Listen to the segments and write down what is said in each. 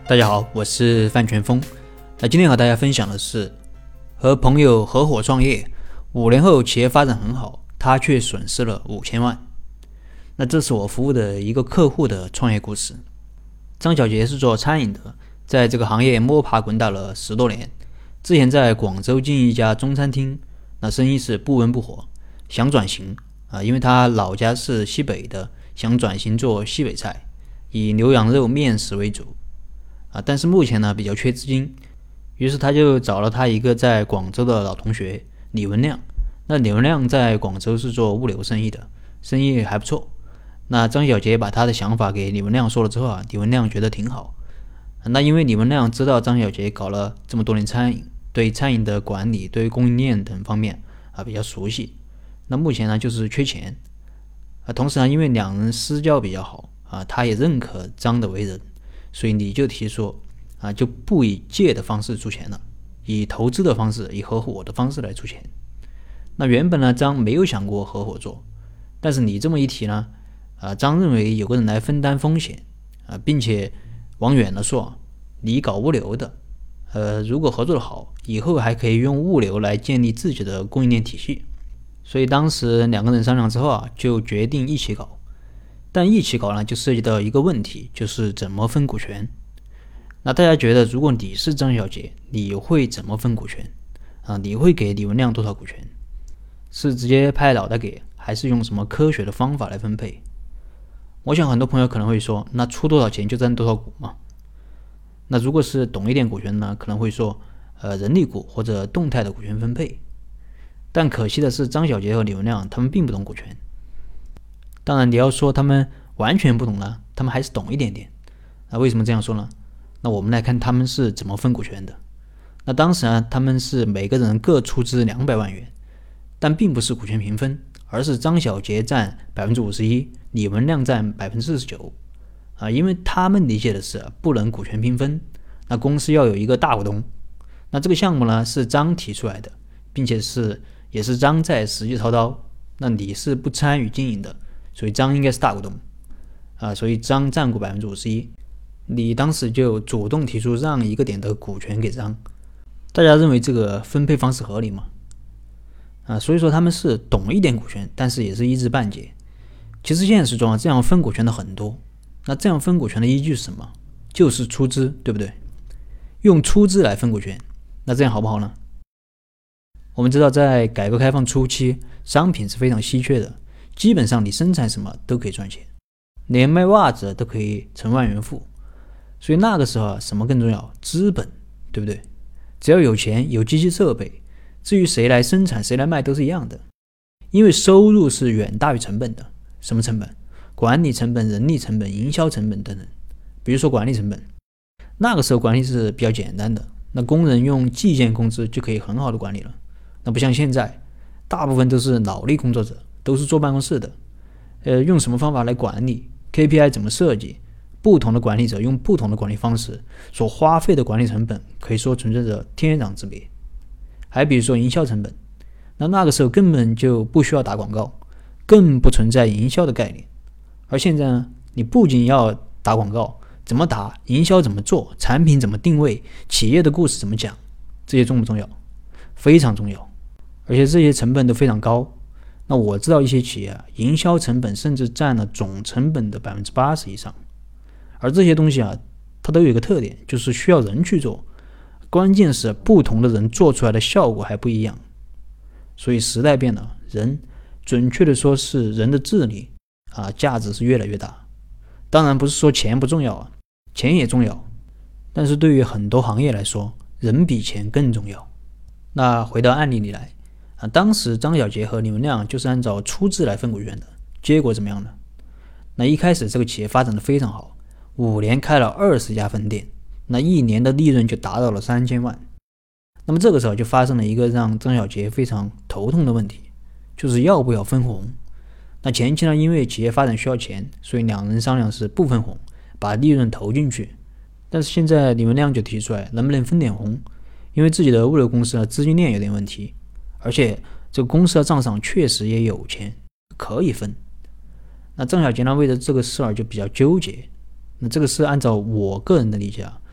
大家好，我是范全峰。那今天和大家分享的是，和朋友合伙创业，5年后企业发展很好，他却损失了5000万。那这是我服务的一个客户的创业故事。张小杰是做餐饮的，在这个行业摸爬滚打了10多年。之前在广州经营一家中餐厅，那生意是不温不火，想转型因为他老家是西北的，想转型做西北菜，以牛羊肉面食为主但是目前呢比较缺资金，于是他就找了他一个在广州的老同学李文亮。那李文亮在广州是做物流生意的，生意还不错。那张小杰把他的想法给李文亮说了之后李文亮觉得挺好。那因为李文亮知道张小杰搞了这么多年餐饮，对餐饮的管理、对供应链等方面比较熟悉。那目前呢就是缺钱同时呢因为两人私交比较好他也认可张的为人，所以你就提出就不以借的方式出钱了，以投资的方式，以合伙的方式来出钱。那原本呢张没有想过合伙做，但是你这么一提呢张认为有个人来分担风险并且往远了说你搞物流的如果合作的好，以后还可以用物流来建立自己的供应链体系。所以当时两个人商量之后就决定一起搞。但一起搞呢就涉及到一个问题，就是怎么分股权。那大家觉得如果你是张小杰，你会怎么分股权你会给李文亮多少股权？是直接拍脑袋给，还是用什么科学的方法来分配？我想很多朋友可能会说，那出多少钱就占多少股嘛。那如果是懂一点股权呢，可能会说人力股或者动态的股权分配。但可惜的是张小杰和李文亮他们并不懂股权。当然你要说他们完全不懂呢，他们还是懂一点点。那为什么这样说呢？那我们来看他们是怎么分股权的。那当时呢他们是每个人各出资200万元，但并不是股权平分，而是张小杰占 51%， 李文亮占 49%因为他们理解的是不能股权平分，那公司要有一个大股东。那这个项目呢是张提出来的，并且也是张在实际操刀，那你是不参与经营的，所以张应该是大股东所以张占股 51%， 你当时就主动提出让一个点的股权给张。大家认为这个分配方式合理吗？所以说他们是懂一点股权，但是也是一知半解。其实现实中这样分股权的很多。那这样分股权的依据是什么？就是出资，对不对？用出资来分股权，那这样好不好呢？我们知道在改革开放初期，商品是非常稀缺的，基本上你生产什么都可以赚钱，连卖袜子都可以成万元富。所以那个时候什么更重要？资本，对不对？只要有钱，有机器设备，至于谁来生产谁来卖都是一样的。因为收入是远大于成本的。什么成本？管理成本、人力成本、营销成本等等。比如说管理成本，那个时候管理是比较简单的，那工人用计件工资就可以很好的管理了。那不像现在，大部分都是脑力工作者，都是坐办公室的用什么方法来管理， KPI 怎么设计，不同的管理者用不同的管理方式，所花费的管理成本可以说存在着天壤之别。还比如说营销成本，那个时候根本就不需要打广告，更不存在营销的概念。而现在呢，你不仅要打广告，怎么打，营销怎么做，产品怎么定位，企业的故事怎么讲，这些重不重要？非常重要，而且这些成本都非常高。那我知道一些企业营销成本甚至占了总成本的 80% 以上。而这些东西它都有一个特点，就是需要人去做，关键是不同的人做出来的效果还不一样。所以时代变了，人，准确的说是人的智力价值是越来越大。当然不是说钱不重要钱也重要，但是对于很多行业来说，人比钱更重要。那回到案例里来当时张小杰和李文亮就是按照出资来分股权的，结果怎么样呢？那一开始这个企业发展的非常好，5年开了20家分店，那1年的利润就达到了3000万。那么这个时候就发生了一个让张小杰非常头痛的问题，就是要不要分红。那前期呢，因为企业发展需要钱，所以两人商量是不分红，把利润投进去。但是现在李文亮就提出来，能不能分点红？因为自己的物流公司资金链有点问题，而且这个公司的账上确实也有钱，可以分。那张小杰呢，为了这个事儿就比较纠结。那这个是按照我个人的理解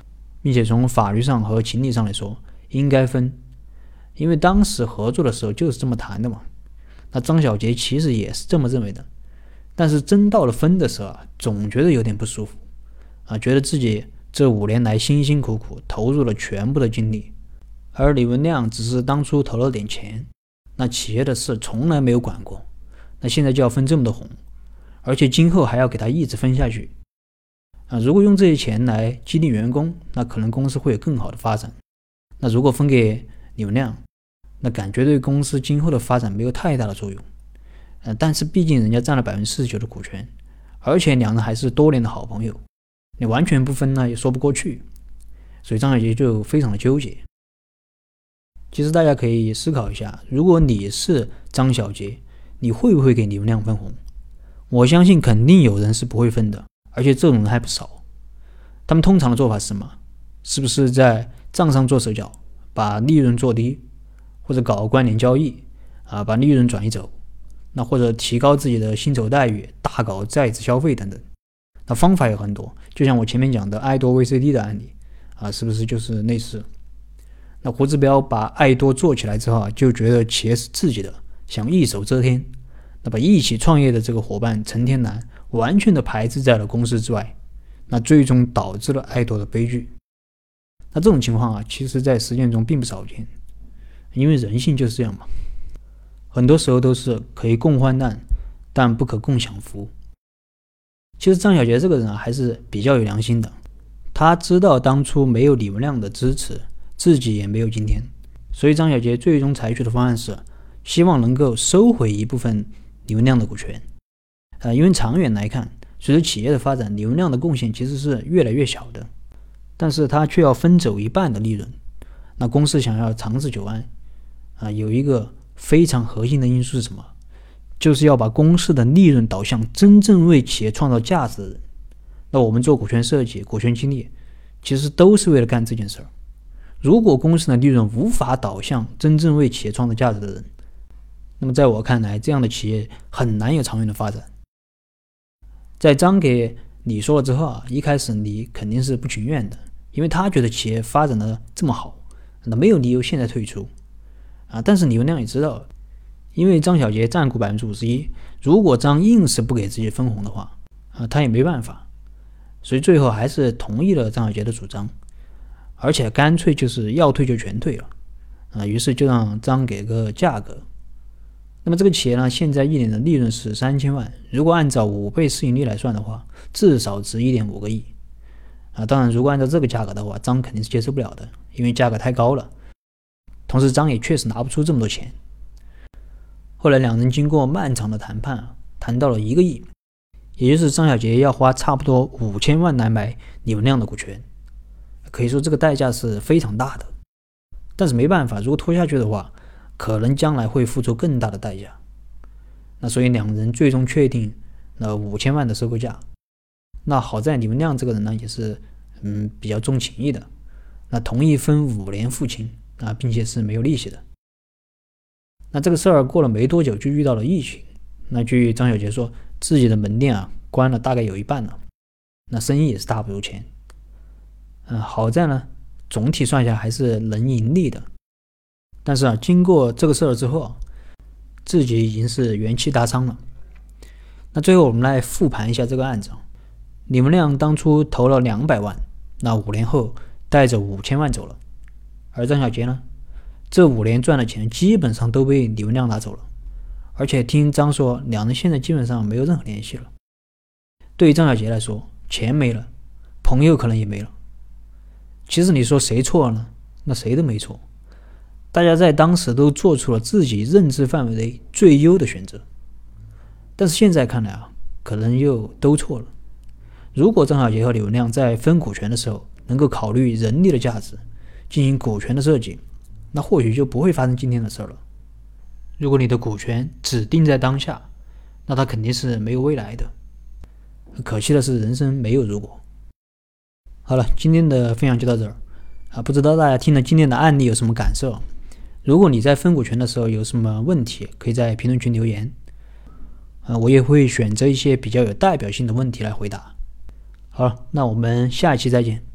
并且从法律上和情理上来说应该分，因为当时合作的时候就是这么谈的嘛。那张小杰其实也是这么认为的，但是真到了分的时候总觉得有点不舒服觉得自己这5年来辛辛苦苦投入了全部的精力，而李文亮只是当初投了点钱，那企业的事从来没有管过，那现在就要分这么多红，而且今后还要给他一直分下去如果用这些钱来激励员工，那可能公司会有更好的发展。那如果分给李文亮，那感觉对公司今后的发展没有太大的作用但是毕竟人家占了 49% 的股权，而且两人还是多年的好朋友，你完全不分呢也说不过去，所以张小杰就非常的纠结。其实大家可以思考一下，如果你是张小杰，你会不会给李文亮分红？我相信肯定有人是不会分的，而且这种人还不少。他们通常的做法是什么？是不是在账上做手脚，把利润做低，或者搞关联交易把利润转移走，那或者提高自己的薪酬待遇，大搞在职消费等等。那方法有很多，就像我前面讲的爱多 VCD 的案例是不是就是类似？那胡志彪把爱多做起来之后就觉得企业是自己的，想一手遮天，那把一起创业的这个伙伴陈天南完全的排斥在了公司之外，那最终导致了爱多的悲剧。那这种情况其实在实践中并不少见，因为人性就是这样嘛，很多时候都是可以共患难，但不可共享福。其实张小杰这个人还是比较有良心的，他知道当初没有李文亮的支持，自己也没有今天，所以张小杰最终采取的方案是希望能够收回一部分李文亮的股权因为长远来看，随着企业的发展，李文亮的贡献其实是越来越小的，但是他却要分走一半的利润。那公司想要长治久安有一个非常核心的因素是什么？就是要把公司的利润导向真正为企业创造价值的人。那我们做股权设计、股权激励，其实都是为了干这件事儿。如果公司的利润无法导向真正为企业创造价值的人，那么在我看来，这样的企业很难有长远的发展。在张给李说了之后一开始李肯定是不情愿的，因为他觉得企业发展的这么好，那没有理由现在退出但是李文亮也知道，因为张小杰占股 51%， 如果张硬是不给自己分红的话他也没办法，所以最后还是同意了张小杰的主张，而且干脆就是要退就全退了于是就让张给个价格。那么这个企业呢，现在一年的利润是3000万，如果按照5倍市盈率来算的话，至少值 1.5 个亿当然如果按照这个价格的话，张肯定是接受不了的，因为价格太高了，同时张也确实拿不出这么多钱。后来两人经过漫长的谈判谈到了1个亿，也就是张小杰要花差不多5000万来买李文亮的股权，可以说这个代价是非常大的。但是没办法，如果拖下去的话，可能将来会付出更大的代价。那所以两人最终确定了5000万的收购价。那好在李文亮这个人呢，也是比较重情义的，那同意分5年付清并且是没有利息的。那这个事儿过了没多久就遇到了疫情，那据张小杰说，自己的门店关了大概有一半了，那生意也是大不如前。好在呢，总体算下还是能盈利的。但是经过这个事儿之后自己已经是元气大伤了。那最后我们来复盘一下这个案子李文亮当初投了200万，那5年后带着5000万走了，而张小杰呢，这5年赚的钱基本上都被李文亮拿走了，而且听张说两人现在基本上没有任何联系了。对于张小杰来说，钱没了，朋友可能也没了。其实你说谁错了呢？那谁都没错，大家在当时都做出了自己认知范围内最优的选择，但是现在看来可能又都错了。如果张小杰和李文亮在分股权的时候能够考虑人力的价值，进行股权的设计，那或许就不会发生今天的事了。如果你的股权只定在当下，那它肯定是没有未来的。可惜的是，人生没有如果。好了，今天的分享就到这儿不知道大家听了今天的案例有什么感受？如果你在分股权的时候有什么问题，可以在评论区留言我也会选择一些比较有代表性的问题来回答。好了，那我们下一期再见。